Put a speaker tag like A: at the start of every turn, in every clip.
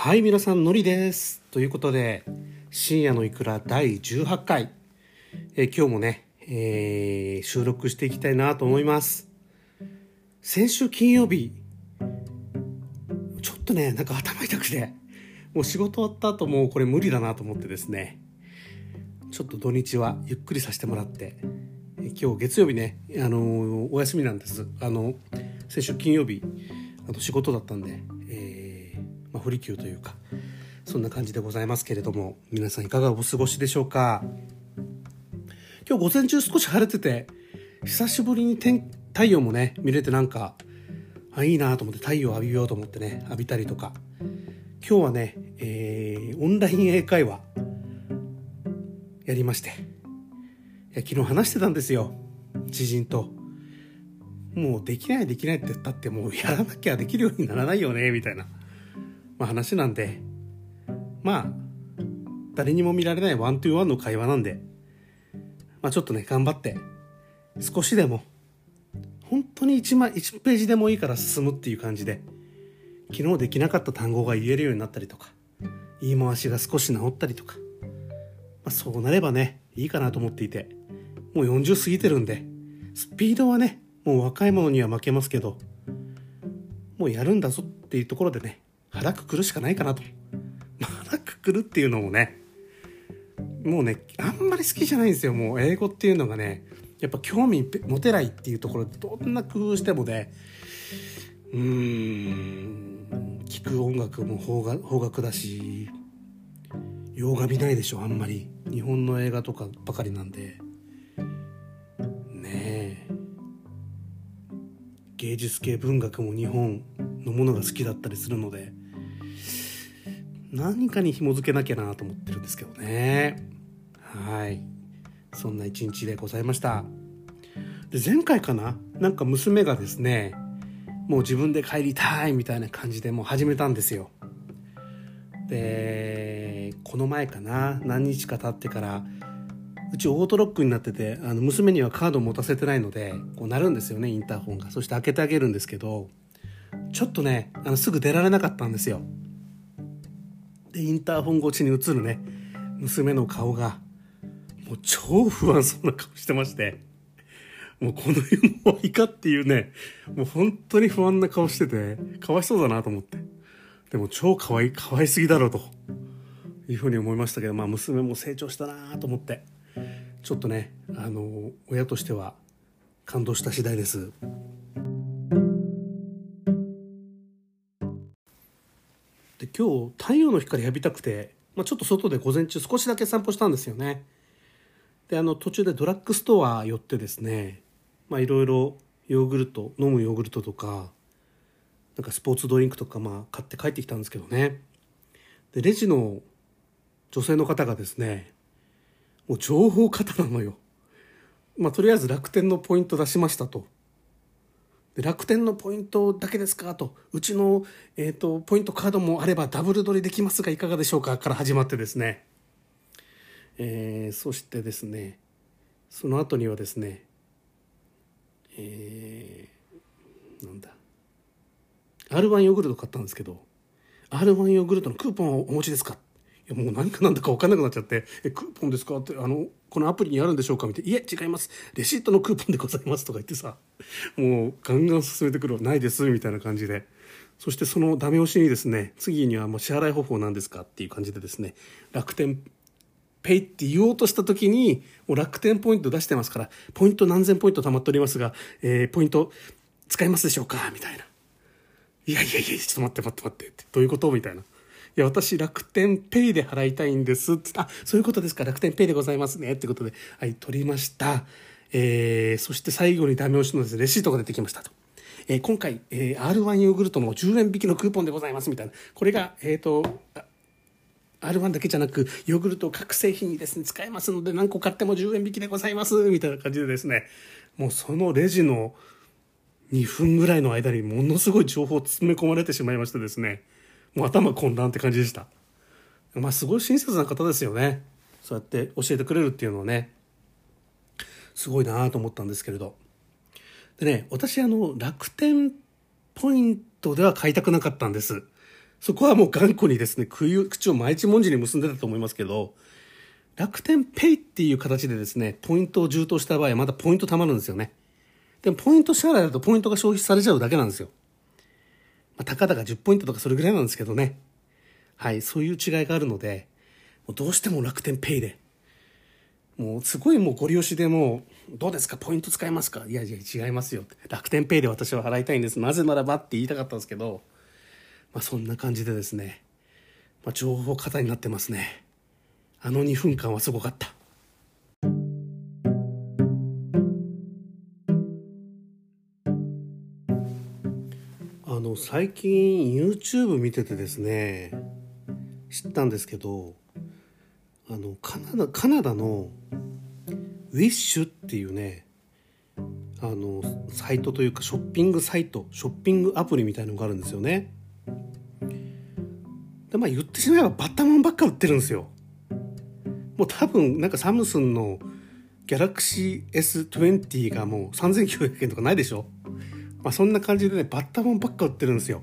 A: はい、皆さん、のりです。ということで、深夜のいくら第18回、今日もね、収録していきたいなと思います。先週金曜日、ちょっとね、なんか頭痛くて、もう仕事終わった後もうこれ無理だなと思ってですね、ちょっと土日はゆっくりさせてもらって、今日月曜日ね、お休みなんです。先週金曜日、仕事だったんで、不利休というかそんな感じでございますけれども、皆さんいかがお過ごしでしょうか。今日午前中少し晴れてて、久しぶりに太陽もね見れて、なんかいいなと思って太陽浴びようと思ってね浴びたりとか、今日はね、オンライン英会話やりまして、昨日話してたんですよ、知人と。もうできないって言ったって、もうやらなきゃできるようにならないよねみたいな、話なんで、誰にも見られないワントゥーワンの会話なんで、ちょっとね頑張って少しでも、本当に1ページでもいいから進むっていう感じで、昨日できなかった単語が言えるようになったりとか、言い回しが少し治ったりとか、そうなればねいいかなと思っていて、もう40過ぎてるんで、スピードはねもう若い者には負けますけど、もうやるんだぞっていうところでね、腹くくるしかないかなと。腹くくるっていうのもね、もうねあんまり好きじゃないんですよ。もう英語っていうのがね、やっぱ興味持てないっていうところで、どんな工夫してもね、聞く音楽も邦楽だし、洋画見ないでしょ、あんまり。日本の映画とかばかりなんでね。芸術系文学も日本のものが好きだったりするので、何かに紐づけなきゃなと思ってるんですけどね。はい、そんな一日でございました。で、前回かな、なんか娘がですね、もう自分で帰りたいみたいな感じでもう始めたんですよ。で、この前かな、何日か経ってから、うちオートロックになってて、娘にはカード持たせてないので、こう鳴るんですよね、インターホンが。そして開けてあげるんですけど、ちょっとねすぐ出られなかったんですよ。で、インターホン越しに映るね娘の顔がもう超不安そうな顔してまして、もうこの世の終わりかっていうね、もう本当に不安な顔してて、かわいそうだなと思って。でも超かわいすぎだろうというふうに思いましたけど、娘も成長したなと思って、ちょっとね親としては感動した次第です。で、今日太陽の光浴びたくて、ちょっと外で午前中少しだけ散歩したんですよね。で、途中でドラッグストア寄ってですね、いろいろ飲むヨーグルトとか、なんかスポーツドリンクとか買って帰ってきたんですけどね。で、レジの女性の方がですね、もう情報過多なのよ。とりあえず楽天のポイント出しましたと。で、楽天のポイントだけですかと、うちの、ポイントカードもあればダブル取りできますがいかがでしょうかから始まってですね、そしてですね、その後にはですね、R1 ヨーグルト買ったんですけど、 R1 ヨーグルトのクーポンをお持ちですか。いや、もう何かなんだか分かんなくなっちゃって、クーポンですかって、このアプリにあるんでしょうかみたいな。いえ、違います、レシートのクーポンでございますとか言ってさ、もうガンガン進めてくる。ないですみたいな感じで、そしてそのダメ押しにですね、次にはもう支払い方法なんですかっていう感じでですね、楽天ペイって言おうとした時に、もう楽天ポイント出してますから、ポイント何千ポイント貯まっておりますが、ポイント使いますでしょうかみたいな。いや、ちょっと待ってって、どういうことみたいな。いや、私楽天ペイで払いたいんですって。あ、そういうことですか、楽天ペイでございますねってことで、はい、取りました。そして最後にダメ押しのですね、レシートが出てきましたと。今回、R1 ヨーグルトの10円引きのクーポンでございますみたいな。これがR1 だけじゃなく、ヨーグルト各製品にですね使えますので、何個買っても10円引きでございますみたいな感じでですね、もうそのレジの2分ぐらいの間にものすごい情報を詰め込まれてしまいましてですね、もう頭混乱って感じでした。すごい親切な方ですよね。そうやって教えてくれるっていうのはね、すごいなと思ったんですけれど。でね、私楽天ポイントでは買いたくなかったんです。 そこはもう頑固にですね、口を毎日文字に結んでたと思いますけど、楽天ペイっていう形でですね、ポイントを充当した場合はまだポイント貯まるんですよね。でもポイント支払いだとポイントが消費されちゃうだけなんですよ。たかだか10ポイントとかそれぐらいなんですけどね。はい、そういう違いがあるので、もうどうしても楽天ペイで、もうすごいもうご利用しでもう、どうですかポイント使えますか、いやいや違いますよ。楽天ペイで私は払いたいんです。なぜならばって言いたかったんですけど、そんな感じでですね、情報過多になってますね。あの2分間はすごかった。最近 YouTube 見ててですね、知ったんですけど、カナダのウィッシュっていうね、サイトというかショッピングサイト、ショッピングアプリみたいなのがあるんですよね。で言ってしまえばバッタモンばっか売ってるんですよ。もう多分なんかサムスンのギャラクシー S20 がもう3900円とかないでしょ。そんな感じでね、バッタモンばっか売ってるんですよ。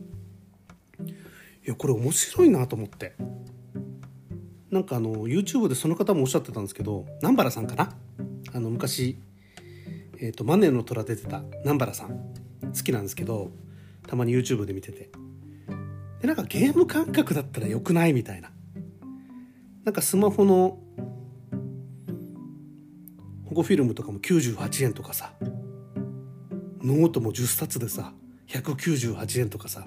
A: いやこれ面白いなと思って、なんかYouTube でその方もおっしゃってたんですけど、南原さんかな、昔マネーの虎出てた南原さん好きなんですけど、たまに YouTube で見てて、でなんかゲーム感覚だったらよくないみたいな、なんかスマホの保護フィルムとかも98円とかさ、ノートも10冊でさ198円とかさ、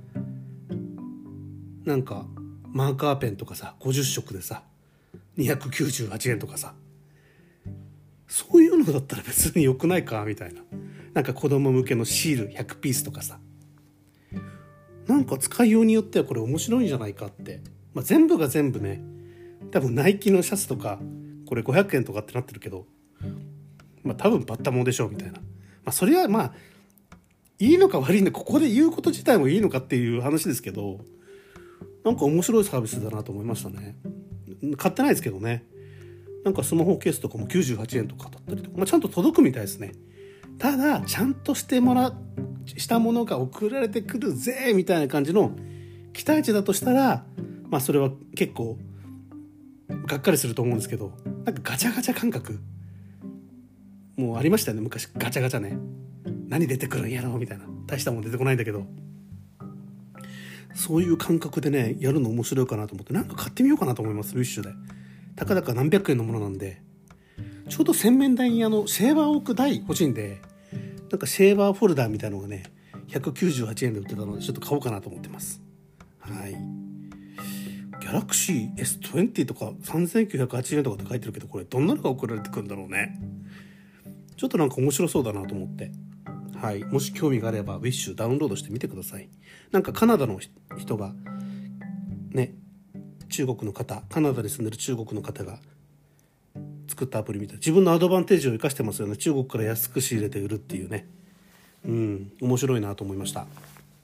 A: なんかマーカーペンとかさ50色でさ298円とかさ、そういうのだったら別に良くないかみたいな、なんか子供向けのシール100ピースとかさ、なんか使いようによってはこれ面白いんじゃないかって、全部が全部ね、多分ナイキのシャツとかこれ500円とかってなってるけど、多分バッタモンでしょうみたいな、それはいいのか悪いのかここで言うこと自体もいいのかっていう話ですけど、なんか面白いサービスだなと思いましたね。買ってないですけどね。なんかスマホケースとかも98円とかだったりとか、ちゃんと届くみたいですね。ただちゃんとしたものが送られてくるぜみたいな感じの期待値だとしたら、それは結構がっかりすると思うんですけど、なんかガチャガチャ感覚もうありましたよね、昔。ガチャガチャね、何出てくるんやろみたいな、大したもん出てこないんだけど、そういう感覚でねやるの面白いかなと思って、なんか買ってみようかなと思います。ウィッシュでたかだか何百円のものなんで、ちょうど洗面台にシェーバーを置く台欲しいんで、なんかシェーバーフォルダーみたいなのがね198円で売ってたのでちょっと買おうかなと思ってます。はい。ギャラクシー S20 とか3980円とかって書いてるけど、これどんなのが送られてくるんだろうね。ちょっとなんか面白そうだなと思って、はい、もし興味があればウィッシュダウンロードしてみてください。なんかカナダの人がね、中国の方、カナダに住んでる中国の方が作ったアプリみたいな、自分のアドバンテージを生かしてますよね。中国から安く仕入れて売るっていうね、面白いなと思いました。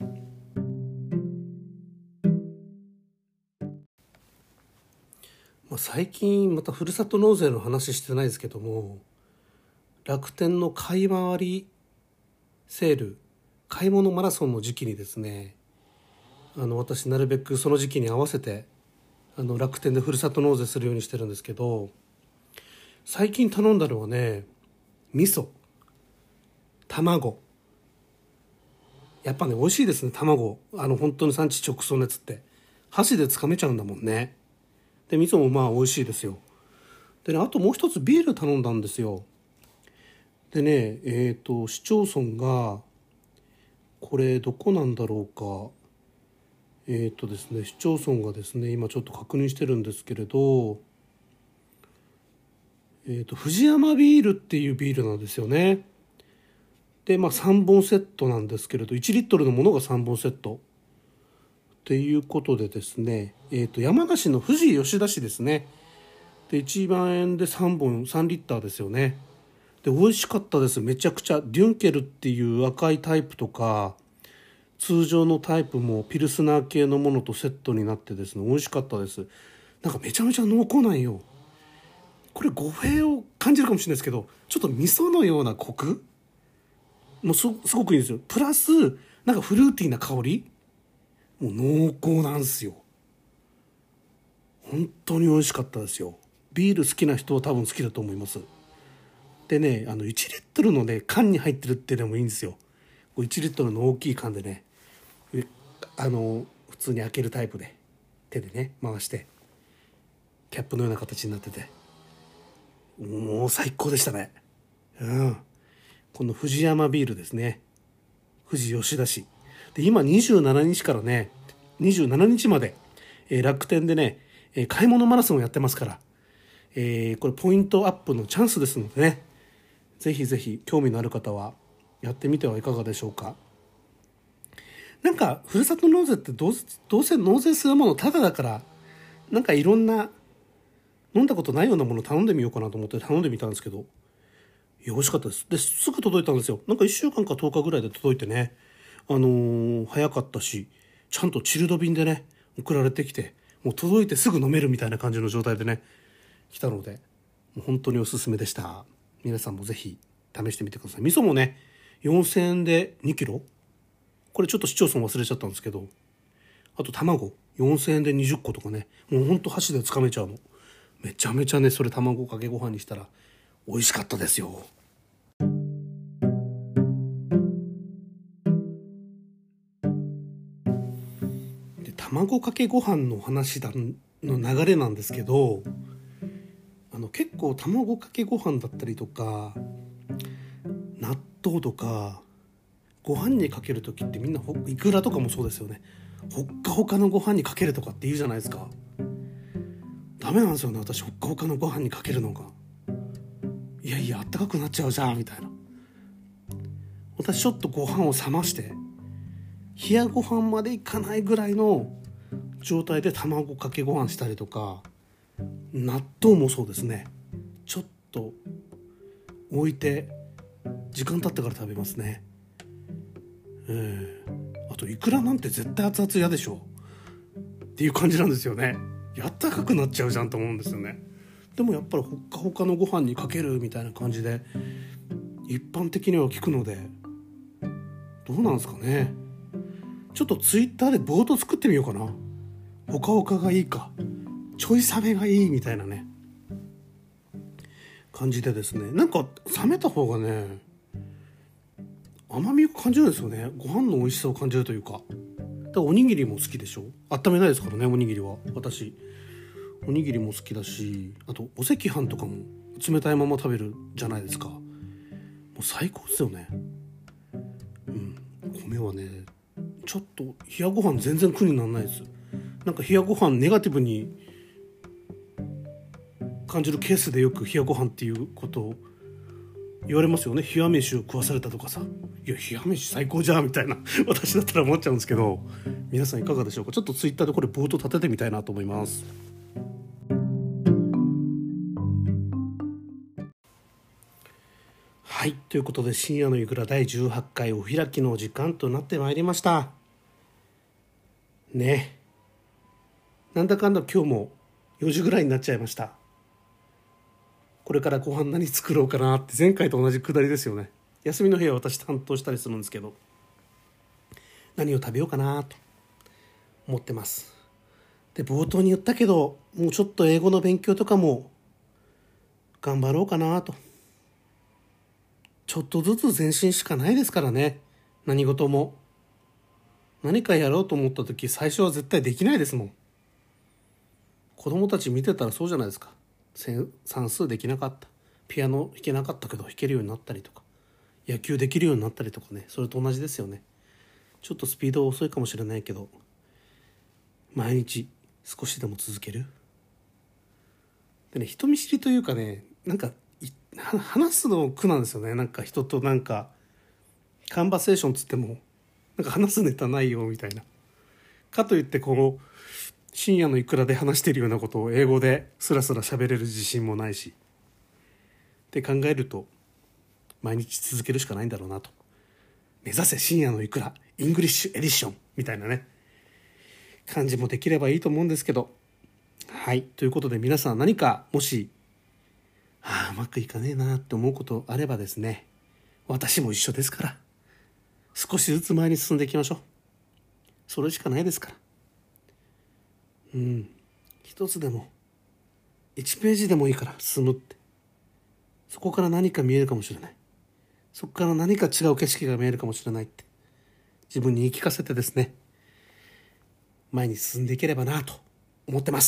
A: 最近またふるさと納税の話してないですけども、楽天の買い回りセール、買い物マラソンの時期にですね、私なるべくその時期に合わせて楽天でふるさと納税するようにしてるんですけど、最近頼んだのはね、味噌、卵、やっぱね美味しいですね。卵本当に産地直送のやつって箸でつかめちゃうんだもんね。で味噌も美味しいですよ。でね、あともう一つビール頼んだんですよ。でね、市町村がこれどこなんだろうか、ですね、市町村がですね今ちょっと確認してるんですけれど、藤山ビールっていうビールなんですよね。で3本セットなんですけれど、1リットルのものが3本セットっていうことでですね、山梨の富士吉田市ですね。で1万円で3本3リッターですよね。で美味しかったです。めちゃくちゃデュンケルっていう赤いタイプとか通常のタイプもピルスナー系のものとセットになってですね、美味しかったです。なんかめちゃめちゃ濃厚なんよ。これ語弊を感じるかもしれないですけど、ちょっと味噌のようなコクもすごくいいんですよ。プラスなんかフルーティーな香りもう濃厚なんですよ。本当に美味しかったですよ。ビール好きな人は多分好きだと思います。でね、1リットルのね缶に入ってるっていうのもいいんですよ。1リットルの大きい缶でね、普通に開けるタイプで手でね回してキャップのような形になってて、もう最高でしたね。この藤山ビールですね、富士吉田市で今27日からね27日まで、楽天でね、買い物マラソンをやってますから、これポイントアップのチャンスですのでね、ぜひぜひ興味のある方はやってみてはいかがでしょうか。なんかふるさと納税ってどうせ納税するものタダだから、なんかいろんな飲んだことないようなもの頼んでみようかなと思って頼んでみたんですけど、いや美味しかったです。ですぐ届いたんですよ。なんか1週間か10日ぐらいで届いてね、早かったし、ちゃんとチルド便でね送られてきて、もう届いてすぐ飲めるみたいな感じの状態でね来たので、もう本当におすすめでした。皆さんもぜひ試してみてください。味噌もね4000円で2キロ、これちょっと市町村忘れちゃったんですけど、あと卵4000円で20個とかね、もうほんと箸でつかめちゃうの。めちゃめちゃねそれ卵かけご飯にしたら美味しかったですよ。で卵かけご飯の話の流れなんですけど、結構卵かけご飯だったりとか納豆とかご飯にかける時ってみんなイクラとかもそうですよね、ほっかほかのご飯にかけるとかって言うじゃないですか。ダメなんですよね、私ほっかほかのご飯にかけるのが。いやいやあったかくなっちゃうじゃんみたいな。私ちょっとご飯を冷まして冷やご飯までいかないぐらいの状態で卵かけご飯したりとか、納豆もそうですね、ちょっと置いて時間経ってから食べますね。あとイクラなんて絶対熱々嫌でしょっていう感じなんですよね。やったかくなっちゃうじゃんと思うんですよね。でもやっぱりほっかほかのご飯にかけるみたいな感じで一般的には聞くので、どうなんですかね。ちょっとツイッターでボード作ってみようかな。ほかほかがいいかちょい冷めがいいみたいなね感じでですね、なんか冷めた方がね甘みを感じるんですよね。ご飯の美味しさを感じるというか。だからおにぎりも好きでしょ。温めないですからね、おにぎりは。私おにぎりも好きだし、あとお赤飯とかも冷たいまま食べるじゃないですか。もう最高ですよね。米はねちょっと冷やご飯全然苦にならないです。なんか冷やご飯ネガティブに感じるケースでよく冷やご飯っていうことを言われますよね。冷や飯を食わされたとかさ、いや冷や飯最高じゃんみたいな私だったら思っちゃうんですけど、皆さんいかがでしょうか。ちょっとツイッターでこれボード立ててみたいなと思います。はい、ということで深夜のいくら第18回お開きの時間となってまいりましたね。なんだかんだ今日も4時ぐらいになっちゃいました。これからご飯何作ろうかなって、前回と同じくだりですよね。休みの日は私担当したりするんですけど、何を食べようかなと思ってます。で冒頭に言ったけど、もうちょっと英語の勉強とかも頑張ろうかなと。ちょっとずつ前進しかないですからね。何事も何かやろうと思った時、最初は絶対できないですもん。子供たち見てたらそうじゃないですか。算数できなかった、ピアノ弾けなかったけど弾けるようになったりとか、野球できるようになったりとかね、それと同じですよね。ちょっとスピードは遅いかもしれないけど、毎日少しでも続ける。でね、人見知りというかね、なんか話すの苦なんですよね。なんか人となんかカンバセーションつってもなんか話すネタないよみたいな。かといってこの深夜のいくらで話しているようなことを英語でスラスラ喋れる自信もないしって考えると、毎日続けるしかないんだろうなと。目指せ深夜のいくらイングリッシュエディションみたいなね感じもできればいいと思うんですけど。はい、ということで皆さん何かもしうまくいかねえなって思うことあればですね、私も一緒ですから少しずつ前に進んでいきましょう。 それしかないですから。一つでも1ページでもいいから進むって、そこから何か見えるかもしれない、そこから何か違う景色が見えるかもしれないって自分に言い聞かせてですね、前に進んでいければなと思ってます。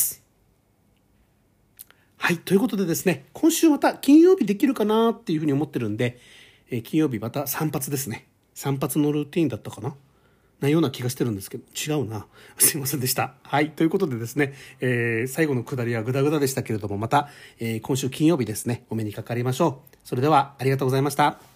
A: はい、ということでですね、今週また金曜日できるかなっていうふうに思ってるんで、金曜日また散髪ですね。散髪のルーティーンだったかなような気がしてるんですけど、違うな。すいませんでした。はい、ということでですね、最後の下りはグダグダでしたけれども、また、今週金曜日ですね、お目にかかりましょう。それではありがとうございました。